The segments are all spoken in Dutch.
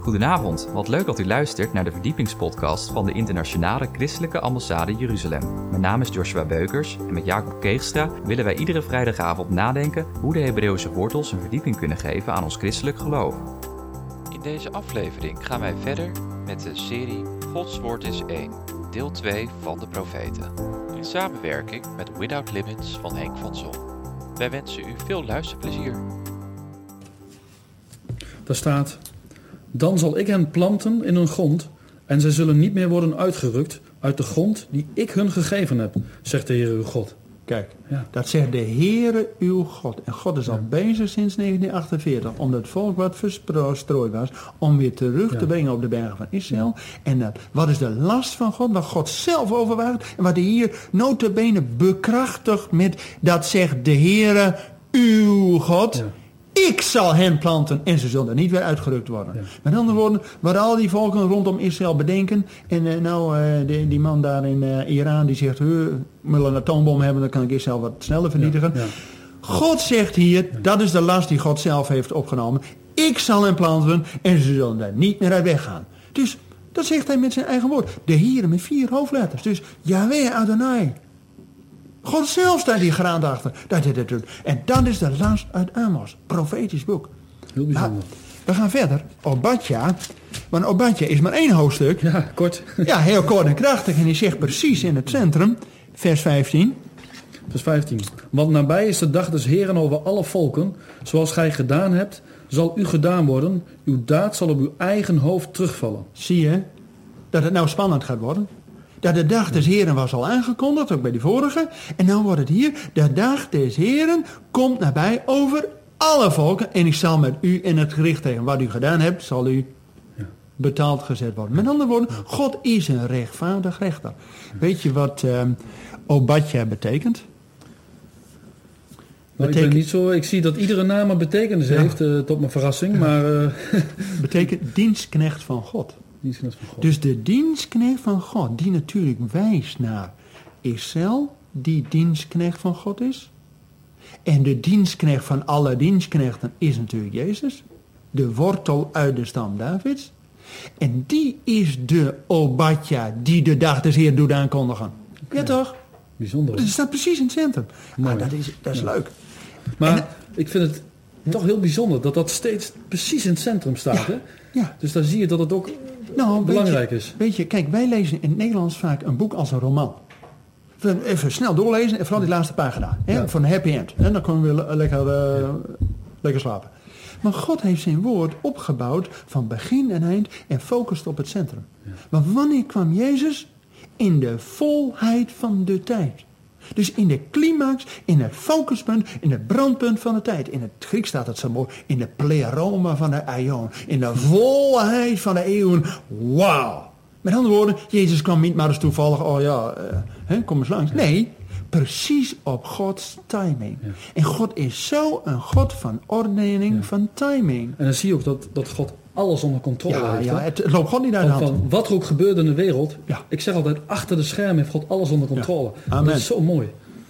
Goedenavond, wat leuk dat u luistert naar de verdiepingspodcast van de Internationale Christelijke Ambassade Jeruzalem. Mijn naam is Joshua Beukers en met Jacob Keegstra willen wij iedere vrijdagavond nadenken hoe de Hebreeuwse wortels een verdieping kunnen geven aan ons christelijk geloof. In deze aflevering gaan wij verder met de serie Gods Woord is één, deel 2 van de profeten. In samenwerking met Without Limits van Henk van Zon. Wij wensen u veel luisterplezier. Daar staat: dan zal ik hen planten in een grond en zij zullen niet meer worden uitgerukt uit de grond die ik hun gegeven heb, zegt de Heer uw God. Kijk, dat zegt de Heere uw God. En God is al bezig sinds 1948 om het volk wat verstrooid was, om weer terug te brengen op de bergen van Israël. En wat is de last van God? Wat God zelf overwaakt en wat de Heer nota bene bekrachtigt met, dat zegt de Heere uw God. Ja. Ik zal hen planten en ze zullen er niet weer uitgerukt worden. Ja. Met andere woorden, wat al die volken rondom Israël bedenken. En die man daar in Iran die zegt, we willen een atoombom hebben, dan kan ik Israël wat sneller vernietigen. Ja. Ja. God zegt hier, dat is de last die God zelf heeft opgenomen. Ik zal hen planten en ze zullen daar niet meer uit weggaan. Dus dat zegt hij met zijn eigen woord. De Heere met 4 hoofdletters. Dus Yahweh Adonai. God zelf staat hier graad achter dat hij dat doet. En dat is de last uit Amos. Profetisch boek. Heel bijzonder. We gaan verder. Obadja. Want Obadja is maar 1 hoofdstuk. Ja, kort. Ja, heel kort en krachtig. En die zegt precies in het centrum. Vers 15. Vers 15. Want nabij is de dag des Heeren over alle volken. Zoals gij gedaan hebt, zal u gedaan worden. Uw daad zal op uw eigen hoofd terugvallen. Zie je dat het nou spannend gaat worden? Dat de dag des Heren was al aangekondigd, ook bij die vorige. En dan wordt het hier, de dag des Heren komt nabij over alle volken. En ik zal met u in het gericht tegen wat u gedaan hebt, zal u betaald gezet worden. Met andere woorden, God is een rechtvaardig rechter. Weet je wat Obadja betekent? Nou, ik ben niet zo. Ik zie dat iedere naam een betekenis heeft, tot mijn verrassing. Maar betekent dienstknecht van God. Dus de dienstknecht van God, die natuurlijk wijst naar Israël, die dienstknecht van God is. En de dienstknecht van alle dienstknechten is natuurlijk Jezus. De wortel uit de stam Davids. En die is de Obadja die de dag des Heer doet aankondigen. Okay. Ja toch? Bijzonder. Dat staat precies in het centrum. Mooi. Maar dat is leuk. Maar ik vind het toch heel bijzonder dat steeds precies in het centrum staat. Ja. Hè? Ja. Dus dan zie je dat het ook belangrijk is. Weet je, kijk, wij lezen in het Nederlands vaak een boek als een roman. Even snel doorlezen en vooral die laatste pagina. Hè, van een happy end. En dan kunnen we lekker slapen. Maar God heeft zijn woord opgebouwd van begin en eind en focust op het centrum. Ja. Maar wanneer kwam Jezus? In de volheid van de tijd. Dus in de climax, in het focuspunt, in het brandpunt van de tijd. In het Grieks staat het zo mooi, in de pleroma van de aion. In de volheid van de eeuwen. Wauw. Met andere woorden, Jezus kwam niet maar eens toevallig, kom eens langs. Nee, precies op Gods timing. Ja. En God is zo een God van ordening, van timing. En dan zie je ook dat God alles onder controle heeft. Ja, het loopt God niet uit de hand. Van wat er ook gebeurt in de wereld. Ja. Ik zeg altijd, achter de schermen heeft God alles onder controle. Ja. Amen. Dat is zo mooi.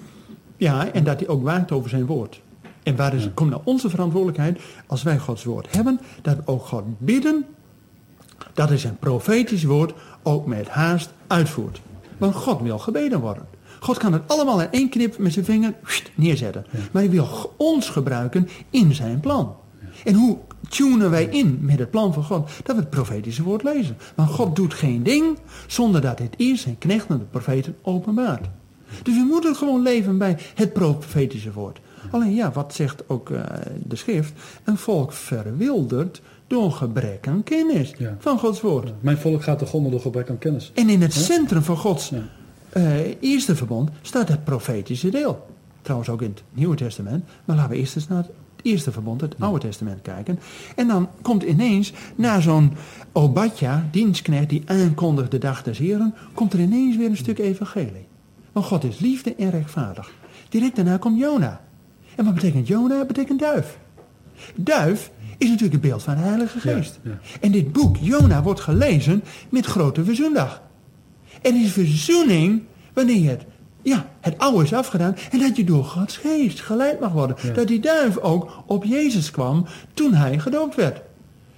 Ja, en dat hij ook waakt over zijn woord. En waar komt nou onze verantwoordelijkheid als wij Gods woord hebben, dat we ook God bidden, dat is een profetisch woord, ook met haast uitvoert. Want God wil gebeden worden. God kan het allemaal in 1 knip met zijn vinger neerzetten. Ja. Maar hij wil ons gebruiken in zijn plan. Ja. En hoe tunen wij in met het plan van God? Dat we het profetische woord lezen. Want God doet geen ding zonder dat het eerst zijn knechten, de profeten, openbaart. Dus we moeten gewoon leven bij het profetische woord. Alleen wat zegt ook de schrift? Een volk verwildert door gebrek aan kennis van Gods woord. Ja. Mijn volk gaat te gronden door gebrek aan kennis. En in het centrum van Gods eerste verbond staat het profetische deel. Trouwens ook in het Nieuwe Testament. Maar laten we eerst eens naar het eerste verbond, het Oude Testament, kijken. En dan komt ineens, na zo'n Obadja, dienstknecht die aankondigt de dag des Heren, komt er ineens weer een stuk evangelie. Want God is liefde en rechtvaardig. Direct daarna komt Jona. En wat betekent Jona? Betekent duif. Duif is natuurlijk het beeld van de Heilige Geest. Ja. En dit boek, Jona, wordt gelezen met grote verzoendag. Er is verzoening wanneer het oude is afgedaan en dat je door Gods Geest geleid mag worden. Ja. Dat die duif ook op Jezus kwam toen hij gedoopt werd.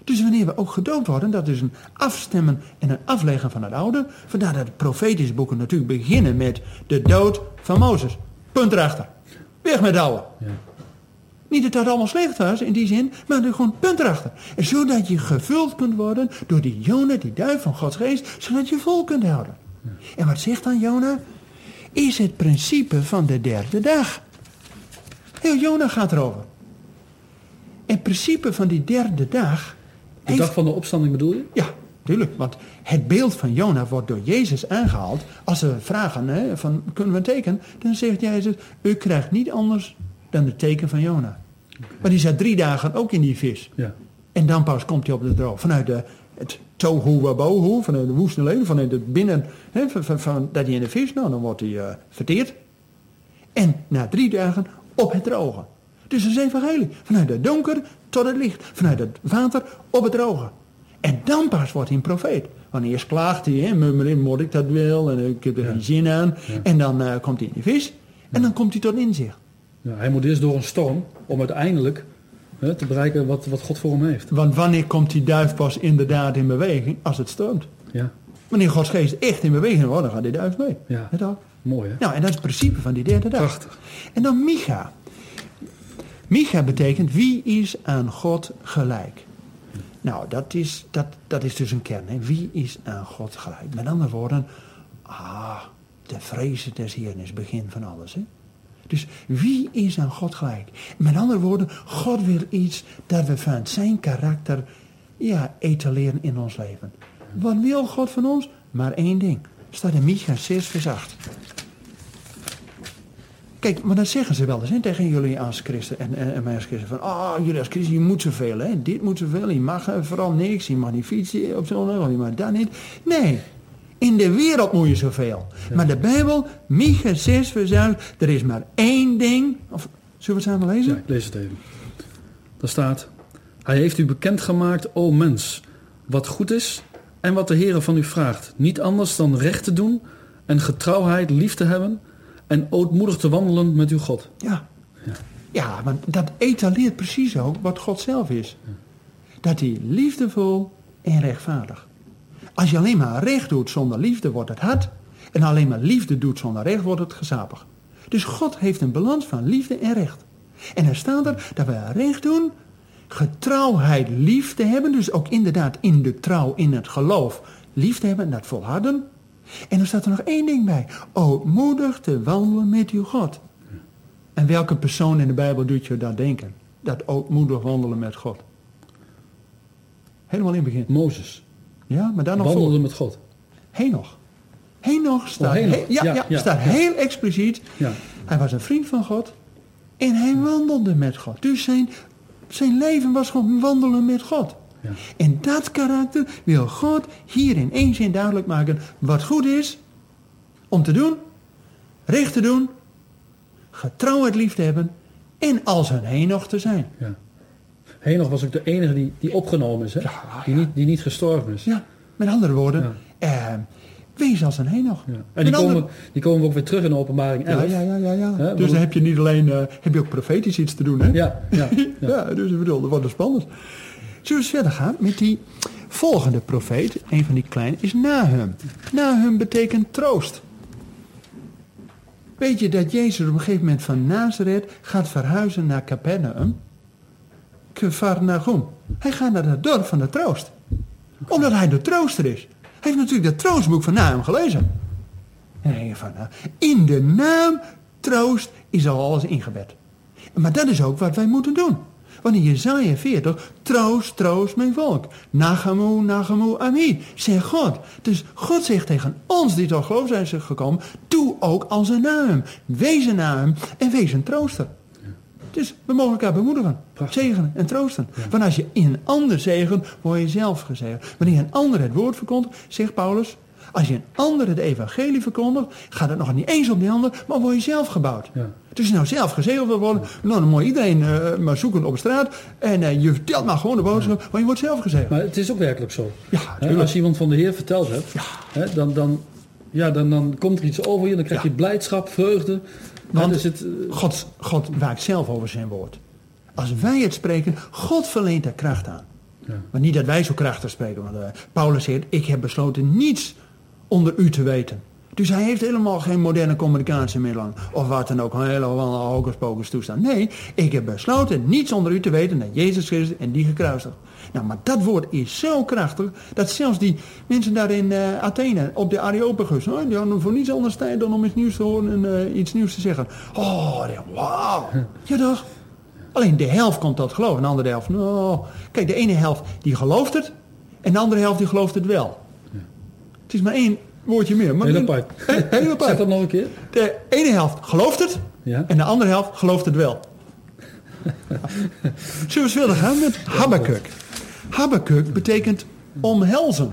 Dus wanneer we ook gedoopt worden, dat is een afstemmen en een afleggen van het oude. Vandaar dat de profetische boeken natuurlijk beginnen met de dood van Mozes. Punt erachter. Weg met het oude. Ja. Niet dat dat allemaal slecht was in die zin, maar er gewoon punt erachter. En zodat je gevuld kunt worden door die Jona, die duif van Gods geest, zodat je vol kunt houden. Ja. En wat zegt dan Jona? Is het principe van de derde dag. Heel Jona gaat erover. En het principe van die derde dag... De dag van de opstanding bedoel je? Ja, tuurlijk. Want het beeld van Jona wordt door Jezus aangehaald. Als ze vragen, van, kunnen we een teken? Dan zegt Jezus, u krijgt niet anders dan het teken van Jona. Okay. Maar die zat 3 dagen ook in die vis. Ja. En dan pas komt hij op de droog. Vanuit het tohu wabohu, vanuit de woeste leven, vanuit het binnen, van dat hij in de vis, nou dan wordt hij verteerd. En na 3 dagen op het droge. Dus dat is evangelie. Vanuit het donker tot het licht. Vanuit het water op het droge. En dan pas wordt hij een profeet. Want eerst klaagt hij, moet ik dat wel, en ik heb er geen zin aan. Ja. En dan komt hij in de vis. En dan komt hij tot inzicht. Ja, hij moet eerst door een storm om uiteindelijk te bereiken wat God voor hem heeft. Want wanneer komt die duif pas inderdaad in beweging? Als het stormt. Ja. Wanneer Gods geest echt in beweging wordt, dan gaat die duif mee. Ja. Mooi hè? Nou, en dat is het principe van die derde dag. Prachtig. En dan Micha. Micha betekent wie is aan God gelijk. Nou, dat is dus een kern. Hè? Wie is aan God gelijk? Met andere woorden, de vrezen des Heeren is het begin van alles. Hè? Dus wie is aan God gelijk? Met andere woorden, God wil iets dat we van zijn karakter etaleren in ons leven. Wat wil God van ons? Maar 1 ding. Staat in Micha 6 vers 8. Kijk, maar dat zeggen ze wel eens tegen jullie als christen en mij als christen. Van, jullie als christen, je moet zoveel. Hè? Dit moet zoveel. Je mag vooral niks. Je mag niet fietsen op zo'n dag. Je mag dat niet. Nee, in de wereld moet je zoveel. Ja. Maar de Bijbel, Micha 6 vers 8, er is maar 1 ding. Of, zullen we het samen lezen? Ja, ik lees het even. Daar staat, hij heeft u bekendgemaakt, o mens, wat goed is en wat de Heere van u vraagt. Niet anders dan recht te doen en getrouwheid lief te hebben en ootmoedig te wandelen met uw God. Ja, want dat etaleert precies ook wat God zelf is. Ja. Dat hij liefdevol en rechtvaardig. Als je alleen maar recht doet zonder liefde, wordt het hard. En alleen maar liefde doet zonder recht, wordt het gezapig. Dus God heeft een balans van liefde en recht. En er staat er dat we recht doen, getrouwheid lief te hebben. Dus ook inderdaad in de trouw, in het geloof, lief te hebben en dat volharden. En er staat er nog 1 ding bij. Ootmoedig te wandelen met uw God. En welke persoon in de Bijbel doet je dat denken? Dat ootmoedig wandelen met God. Helemaal in het begin. Mozes. Ja, maar dan nog wandelde met God. Henoch. Henoch staat, staat heel expliciet. Ja. Hij was een vriend van God. En hij wandelde met God. Dus zijn leven was gewoon wandelen met God. Ja. En dat karakter wil God hier in 1 zin duidelijk maken. Wat goed is om te doen, recht te doen, getrouwheid lief te hebben en als een Henoch te zijn. Ja. Henoch was ook de enige die opgenomen is, hè? Die niet gestorven is. Ja, met andere woorden, wees als een Henoch. Ja. En die komen we ook weer terug in de Openbaring 11. Ja. Dus dan heb je niet alleen, heb je ook profetisch iets te doen, hè? Ja, dus ik bedoel, dat wordt spannend. Zullen we verder gaan met die volgende profeet, een van die kleine, is Nahum. Nahum betekent troost. Weet je dat Jezus op een gegeven moment van Nazareth gaat verhuizen naar Capernaum? Kefarnachum. Hij gaat naar het dorp van de troost. Omdat hij de trooster is. Hij heeft natuurlijk dat troostboek van Nahum gelezen. En dan denk je van, in de naam troost is al alles ingebed. Maar dat is ook wat wij moeten doen. Want in Jesaja 40, troost, troost mijn volk. Nachamu, nachamu, ami, zegt God. Dus God zegt tegen ons die tot geloof zijn gekomen, doe ook als een Nahum. Wees een Nahum en wees een trooster. Ja. Dus we mogen elkaar bemoedigen, zegenen en troosten. Ja. Want als je in een ander zegent, word je zelf gezegend. Wanneer een ander het woord verkondigt, zegt Paulus, als je een ander het evangelie verkondigt, gaat het nog niet eens op die ander, maar word je zelf gebouwd. Ja. Dus je nou zelf gezegend wil worden, nou dan moet iedereen maar zoeken op straat en je vertelt maar gewoon de boodschap, maar je wordt zelf gezegend. Maar het is ook werkelijk zo. Ja, als je iemand van de Heer verteld hebt, dan komt er iets over je, dan krijg je blijdschap, vreugde. Want God waakt zelf over zijn woord. Als wij het spreken, God verleent er kracht aan. Ja. Maar niet dat wij zo krachtig spreken. Want Paulus zegt, ik heb besloten niets onder u te weten. Dus hij heeft helemaal geen moderne communicatiemiddelen. Of wat dan ook, een hele hocus-pocus toestand. Nee, ik heb besloten niets onder u te weten dan Jezus Christus en die gekruisigd. Nou, maar dat woord is zo krachtig, dat zelfs die mensen daar in Athene, op de Areopagus, die hadden voor niets anders tijd dan om iets nieuws te horen en iets nieuws te zeggen. Oh, wauw. Ja toch? Alleen de helft komt tot geloof en de andere helft, nou. Kijk, de ene helft die gelooft het en de andere helft die gelooft het wel. Ja. Het is maar één woordje meer. Maar heel apart. Heel apart. Zeg dat nog een keer. De ene helft gelooft het en de andere helft gelooft het wel. Zullen we verder gaan met Habakuk. Habakuk betekent omhelzen.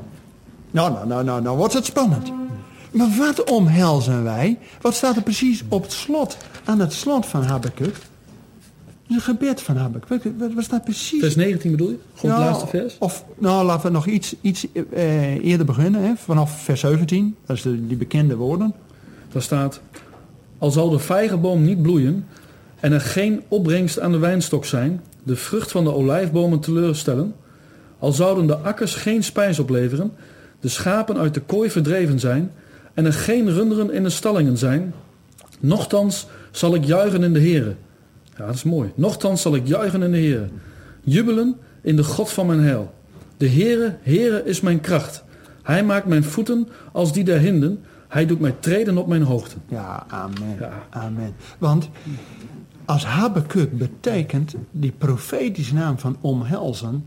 Nou wordt het spannend. Maar wat omhelzen wij? Wat staat er precies op het slot, aan het slot van Habakuk? Een gebed van Habakuk. Wat staat precies? Vers 19 bedoel je? Gewoon het laatste vers? Of, laten we nog iets eerder beginnen. Hè? Vanaf vers 17. Dat is die bekende woorden. Daar staat: al zal de vijgenboom niet bloeien en er geen opbrengst aan de wijnstok zijn, de vrucht van de olijfbomen teleurstellen, al zouden de akkers geen spijs opleveren, de schapen uit de kooi verdreven zijn en er geen runderen in de stallingen zijn, nochtans zal ik juichen in de Heere. Ja, dat is mooi. Nochtans zal ik juichen in de Heere. Jubelen in de God van mijn heil. De Heere is mijn kracht. Hij maakt mijn voeten als die der hinden. Hij doet mij treden op mijn hoogte. Ja, amen. Ja. Amen. Want als Habakuk betekent die profetische naam van omhelzen,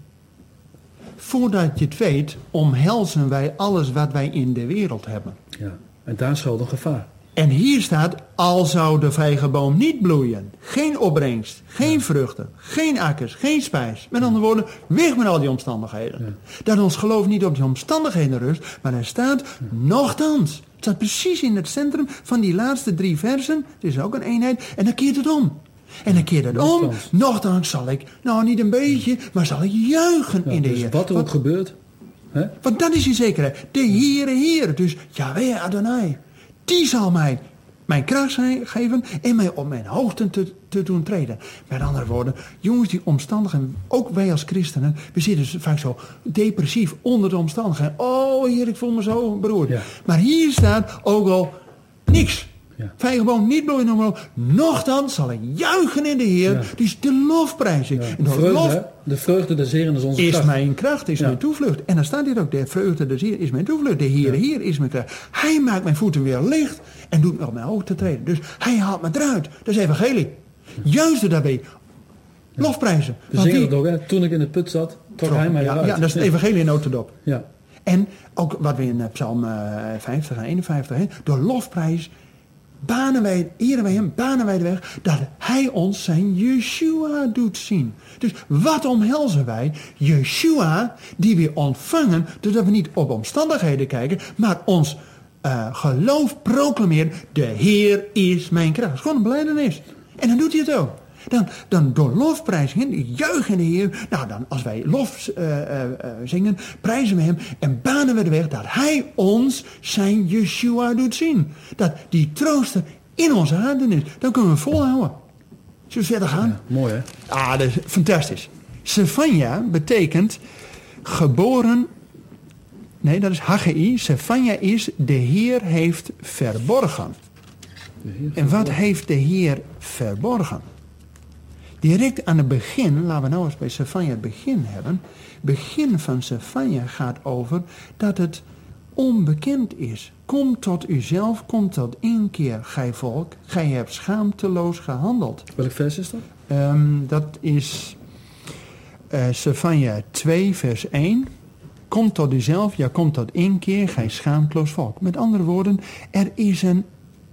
voordat je het weet, omhelzen wij alles wat wij in de wereld hebben. Ja, en daar schuilt een gevaar. En hier staat, al zou de vijgenboom niet bloeien, geen opbrengst, geen vruchten, geen akkers, geen spijs. Met andere woorden, weg met al die omstandigheden. Ja. Dat ons geloof niet op die omstandigheden rust, maar er staat, nochtans. Het staat precies in het centrum van die laatste 3 versen. Het is ook een eenheid. En dan keert het om. En dan keert het om. Nochtans zal ik, niet een beetje, maar zal ik juichen in de dus Heer. Wat er ook gebeurt. Hè? Want dat is die zekerheid. De Heere. Dus Yahweh Adonai. Die zal mij mijn kracht geven en mij op mijn hoogte te doen treden. Met andere woorden, jongens, die omstandigheden, ook wij als christenen, we zitten vaak zo depressief onder de omstandigheden. Oh Heer, ik voel me zo beroerd. Ja. Maar hier staat ook al niks. Ja. Vijgenboom niet bloeien, nochtans zal ik juichen in de Heer. Ja. Dus de lofprijzing. Ja. De vreugde des Heeren is onze kracht. Is mijn kracht, is mijn toevlucht. En dan staat hier ook, de vreugde des Heeren is mijn toevlucht. De Heer is mijn kracht. Hij maakt mijn voeten weer licht en doet me op mijn hoogte treden. Dus hij haalt me eruit. Dat is evangelie. Juist daarbij. Lofprijzen. We zingen het ook, hè? Toen ik in de put zat, trok hij mij eruit. Ja, dat is het evangelie in notendop. Ja. En ook wat we in Psalm 50 en 51, door lofprijs eren wij hem, banen wij de weg, dat hij ons zijn Yeshua doet zien. Dus wat omhelzen wij? Yeshua, die we ontvangen, doordat we niet op omstandigheden kijken, maar ons geloof proclameren, de Heer is mijn kracht. Dat is gewoon een belijdenis. En dan doet hij het ook. Dan door lofprijzingen, juichen in de Heer. Nou, dan als wij lof zingen, prijzen we hem en banen we de weg dat hij ons zijn Yeshua doet zien. Dat die trooster in onze harten is. Dan kunnen we volhouden. Zullen we verder gaan? Ja, mooi hè? Ah, dat is fantastisch. Sefania betekent geboren. Nee, dat is Haggai. Sefania is de Heer heeft verborgen. En wat heeft de Heer verborgen? Direct aan het begin, laten we nou eens bij Sefania het begin hebben. Begin van Sefania gaat over dat het onbekend is. Kom tot uzelf, kom tot inkeer, gij volk. Gij hebt schaamteloos gehandeld. Welk vers is dat? Dat is Sefania 2 vers 1. Kom tot uzelf, ja kom tot inkeer, gij schaamteloos volk. Met andere woorden, er is een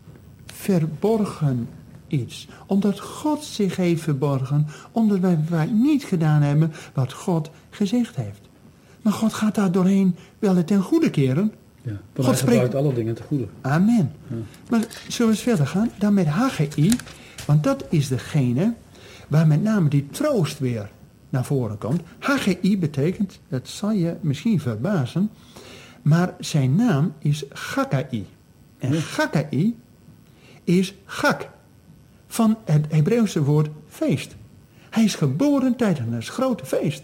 verborgen iets. Omdat God zich heeft verborgen. Omdat wij niet gedaan hebben wat God gezegd heeft. Maar God gaat daar doorheen wel het ten goede keren. Ja, want hij gebruikt alle dingen ten goede. Amen. Ja. Maar zullen we eens verder gaan? Dan met Haggai. Want dat is degene waar met name die troost weer naar voren komt. Haggai betekent, dat zal je misschien verbazen, maar zijn naam is Gakkai. En Gakkai is Gak, van het Hebreeuwse woord feest. Hij is geboren tijdens een grote feest.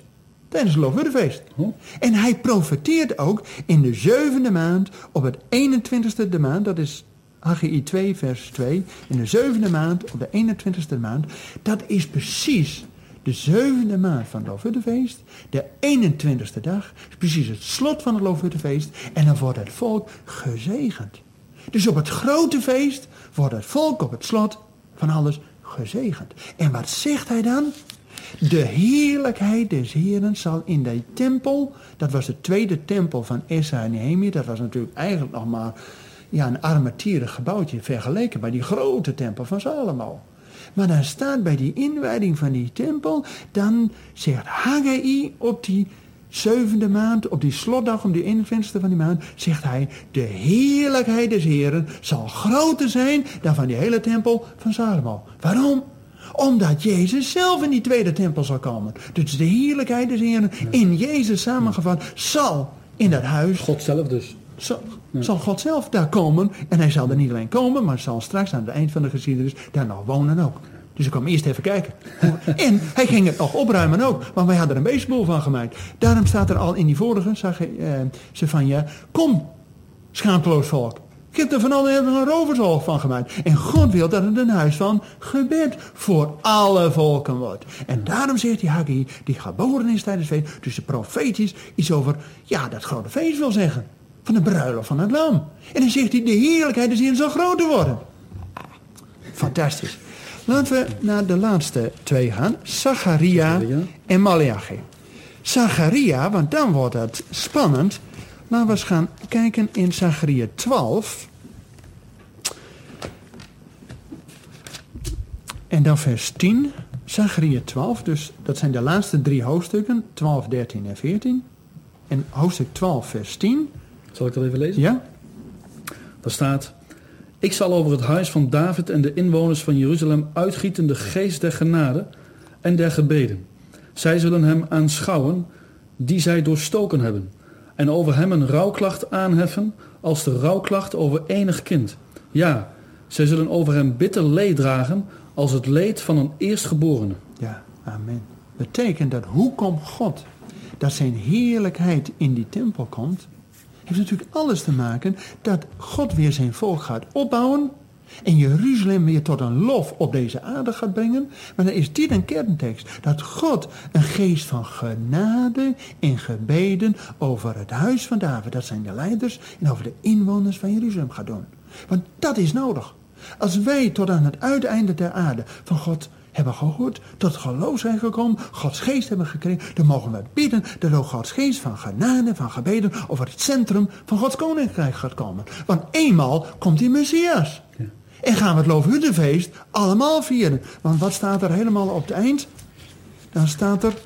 Tijdens het Loofhuttenfeest. Oh. En hij profeteert ook in de 7e maand, op het 21ste de maand, dat is Haggai 2 vers 2, in de 7e maand, op de 21ste maand, dat is precies de 7e maand van het Loofhuttenfeest, de 21ste dag, is precies het slot van het Loofhuttenfeest, en dan wordt het volk gezegend. Dus op het grote feest wordt het volk op het slot van alles gezegend. En wat zegt hij dan? De heerlijkheid des Heeren zal in de tempel, dat was de tweede tempel van Ezra en Nehemia, dat was natuurlijk eigenlijk nog maar een armetierig gebouwtje vergeleken bij die grote tempel van Salomo. Maar dan staat bij die inwijding van die tempel, dan zegt Haggai op die 7e maand, op die slotdag, om die 21ste van die maand, zegt hij, de heerlijkheid des Heeren zal groter zijn dan van die hele tempel van Salomo. Waarom? Omdat Jezus zelf in die tweede tempel zal komen. Dus de heerlijkheid des Heeren in Jezus samengevat zal in dat huis... God zelf dus. Zal God zelf daar komen. En hij zal er niet alleen komen, maar zal straks aan het eind van de geschiedenis daar nog wonen ook. Dus ik kwam eerst even kijken. En hij ging het nog opruimen ook. Want wij hadden er een beestboel van gemaakt. Daarom staat er al in die vorige, zag ze van ja, kom, schaamteloos volk. Ik heb er van allen een roversoog van gemaakt. En God wil dat het een huis van gebed voor alle volken wordt. En daarom zegt die Haggai, die geboren is tijdens het feest, dus de profetisch iets over, dat grote feest wil zeggen. Van de bruiloft van het lam. En dan zegt hij, de heerlijkheid des Heeren zal groter worden. Fantastisch. Laten we naar de laatste twee gaan. Zacharia en Maleachi. Zacharia, want dan wordt het spannend. Laten we eens gaan kijken in Zacharia 12. En dan vers 10. Zacharia 12, dus dat zijn de laatste 3 hoofdstukken. 12, 13 en 14. En hoofdstuk 12, vers 10. Zal ik dat even lezen? Ja. Daar staat: Ik zal over het huis van David en de inwoners van Jeruzalem uitgieten de geest der genade en der gebeden. Zij zullen hem aanschouwen die zij doorstoken hebben. En over hem een rouwklacht aanheffen als de rouwklacht over enig kind. Ja, zij zullen over hem bitter leed dragen als het leed van een eerstgeborene. Ja, amen. Betekent dat, hoe komt God dat zijn heerlijkheid in die tempel komt? Heeft natuurlijk alles te maken dat God weer zijn volk gaat opbouwen en Jeruzalem weer tot een lof op deze aarde gaat brengen. Maar dan is dit een kerntekst, dat God een geest van genade en gebeden over het huis van David, dat zijn de leiders, en over de inwoners van Jeruzalem gaat doen. Want dat is nodig. Als wij tot aan het uiteinde der aarde van God hebben gehoord, tot geloof zijn gekomen, Gods geest hebben gekregen, dan mogen we bidden dat ook Gods geest van genade, van gebeden over het centrum van Gods koninkrijk gaat komen. Want eenmaal komt die Messias. Ja. En gaan we het Loofhuttenfeest allemaal vieren. Want wat staat er helemaal op het eind? Dan staat er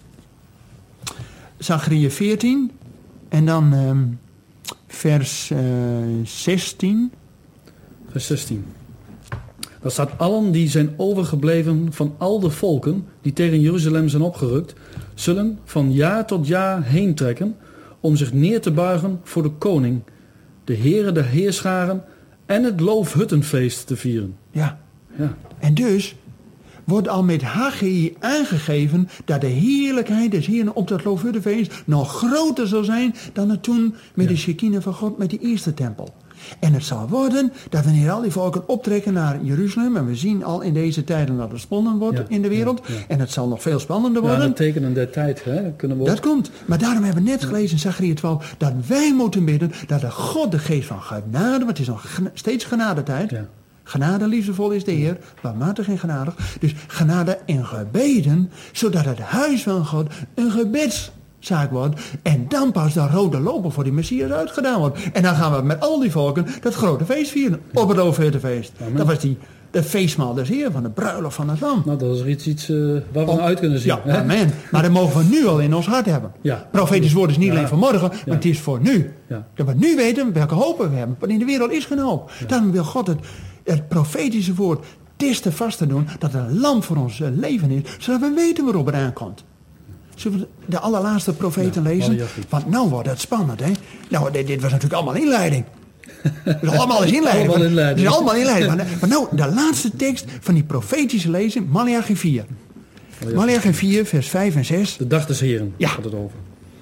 Zacharia 14 en dan vers 16. Vers 16. Daar staat: allen die zijn overgebleven van al de volken die tegen Jeruzalem zijn opgerukt, zullen van jaar tot jaar heen trekken om zich neer te buigen voor de koning, de Heere der heerscharen en het Loofhuttenfeest te vieren. Ja. En dus wordt al met Haggai aangegeven dat de heerlijkheid des Heeren op dat Loofhuttenfeest nog groter zal zijn dan het toen met de Shekinah van God met die eerste tempel. En het zal worden dat wanneer al die volken optrekken naar Jeruzalem, en we zien al in deze tijden dat het spannend wordt in de wereld, en het zal nog veel spannender worden. Ja, dat tekenen der tijd, kunnen we ook. Dat komt. Maar daarom hebben we net gelezen in Zacharia 12, dat wij moeten bidden dat de God de geest van genade, want het is nog steeds genadetijd. Ja. Genade, liefdevol is de Heer, barmhartig en genadig. Dus genade en gebeden, zodat het huis van God een gebedszaak wordt. En dan pas de rode loper voor die Messias uitgedaan wordt. En dan gaan we met al die volken dat grote feest vieren. Op het Loofhuttenfeest. Dat was de feestmaal des Heer van de bruiloft van het lam. Nou, dat is iets waar we uit kunnen zien. Ja, amen. Maar dat mogen we nu al in ons hart hebben. Ja. Profetisch woord is niet alleen voor morgen, maar het is voor nu. Ja. Dat we nu weten welke hoop we hebben. Want in de wereld is geen hoop. Ja. Daarom wil God het profetische woord des te vast te doen, dat het een lamp voor ons leven is, zodat we weten waarop het aankomt. Zullen we de allerlaatste profeten lezen? Want nou wordt het spannend, hè? Nou, dit was natuurlijk allemaal inleiding. Dus allemaal is inleiding. Maar nou, de laatste tekst van die profetische lezing, Maleachi 4. Maleachi 4, vers 5 en 6. De dag des Heren Ja. gaat het over.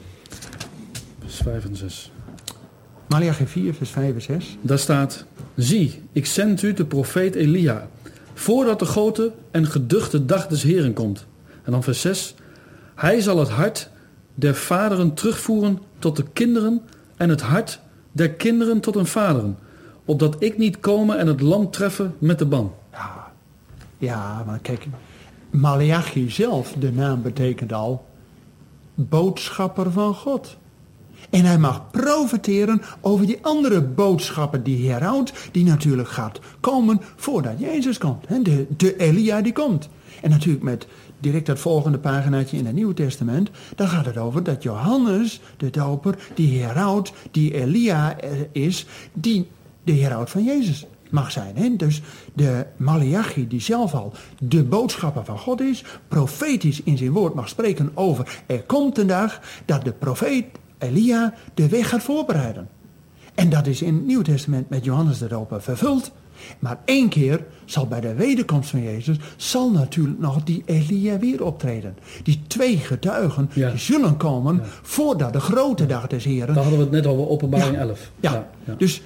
Vers 5 en 6. Maleachi 4, vers 5 en 6. Daar staat: zie, ik zend u de profeet Elia, voordat de grote en geduchte dag des Heren komt. En dan vers 6. Hij zal het hart der vaderen terugvoeren tot de kinderen en het hart der kinderen tot hun vaderen, opdat ik niet komen en het land treffen met de ban. Ja, maar kijk, Maleachi zelf, de naam betekent al boodschapper van God. En hij mag profiteren over die andere boodschappen die hierhoudt, die natuurlijk gaat komen voordat Jezus komt. De Elia die komt. En natuurlijk met direct het volgende paginaatje in het Nieuwe Testament, daar gaat het over dat Johannes, de doper, die herhoudt, die Elia is, die de herhoud van Jezus mag zijn. Hè? Dus de Maleachi die zelf al de boodschapper van God is, profetisch in zijn woord mag spreken over, er komt een dag dat de profeet Elia de weg gaat voorbereiden. En dat is in het Nieuwe Testament met Johannes de doper vervuld. Maar 1 keer zal bij de wederkomst van Jezus, zal natuurlijk nog die Elia weer optreden. Die 2 getuigen, die zullen komen voordat de grote dag des Heren. Daar hadden we het net over, Openbaring 11. Ja. Dus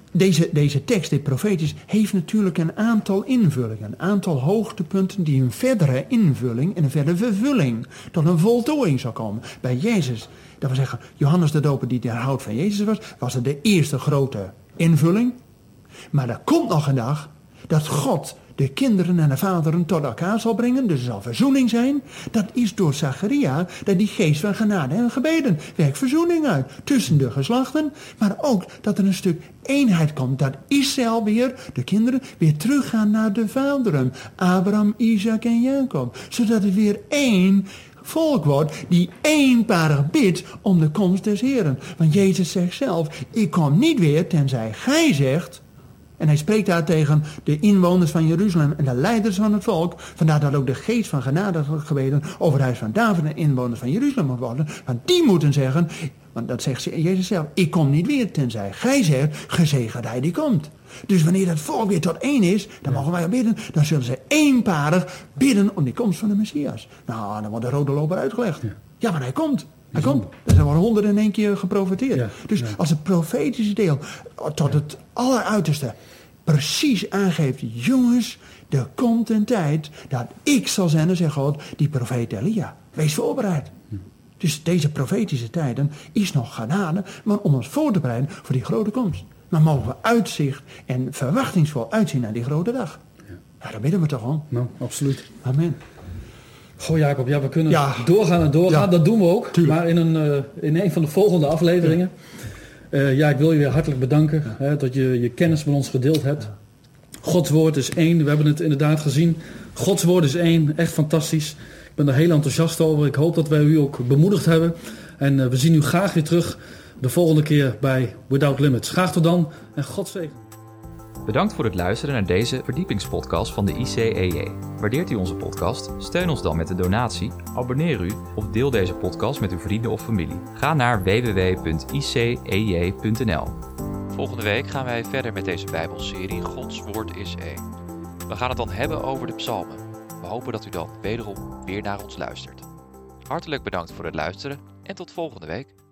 deze tekst, dit profetisch, heeft natuurlijk een aantal invullingen. Een aantal hoogtepunten die een verdere invulling en een verdere vervulling tot een voltooiing zal komen. Bij Jezus, dat wil zeggen, Johannes de doper die de herhoud van Jezus was het de eerste grote invulling. Maar er komt nog een dag dat God de kinderen en de vaderen tot elkaar zal brengen. Dus er zal verzoening zijn. Dat is door Zacharia, dat die geest van genade en gebeden werkt verzoening uit tussen de geslachten. Maar ook dat er een stuk eenheid komt. Dat Israël weer, de kinderen, weer teruggaan naar de vaderen. Abraham, Isaac en Jacob. Zodat het weer één volk wordt die eenparig bidt om de komst des Heren. Want Jezus zegt zelf, ik kom niet weer tenzij gij zegt. En hij spreekt daar tegen de inwoners van Jeruzalem en de leiders van het volk. Vandaar dat ook de geest van genade gebeden over het huis van David en inwoners van Jeruzalem moet worden. Want die moeten zeggen, want dat zegt Jezus zelf, ik kom niet weer tenzij gij zegt, gezegend hij die komt. Dus wanneer dat volk weer tot één is, dan mogen wij bidden. Dan zullen ze eenparig bidden om die komst van de Messias. Nou, dan wordt de rode loper uitgelegd. Ja, maar hij komt. Hij komt. Dus er worden 101 keer geprofeteerd. Ja, dus als het profetische deel tot het alleruiterste precies aangeeft, jongens, er komt een tijd dat ik zal zenden, zegt God, die profeet Elia. Wees voorbereid. Dus deze profetische tijden is nog genade, maar om ons voor te bereiden voor die grote komst. Maar mogen we uitzicht en verwachtingsvol uitzien naar die grote dag. Ja, daar bidden we toch om. Nou, absoluut. Amen. Goh Jacob, ja, we kunnen doorgaan en doorgaan. Ja. Dat doen we ook. Tuurlijk. Maar in een van de volgende afleveringen. Ik wil je weer hartelijk bedanken dat je je kennis met ons gedeeld hebt. Gods woord is één. We hebben het inderdaad gezien. Gods woord is één. Echt fantastisch. Ik ben er heel enthousiast over. Ik hoop dat wij u ook bemoedigd hebben. En we zien u graag weer terug de volgende keer bij Without Limits. Graag tot dan en God zegen. Bedankt voor het luisteren naar deze verdiepingspodcast van de ICEJ. Waardeert u onze podcast? Steun ons dan met een donatie, abonneer u of deel deze podcast met uw vrienden of familie. Ga naar www.icej.nl. Volgende week gaan wij verder met deze Bijbelserie Gods Woord is één. We gaan het dan hebben over de psalmen. We hopen dat u dan wederom weer naar ons luistert. Hartelijk bedankt voor het luisteren en tot volgende week.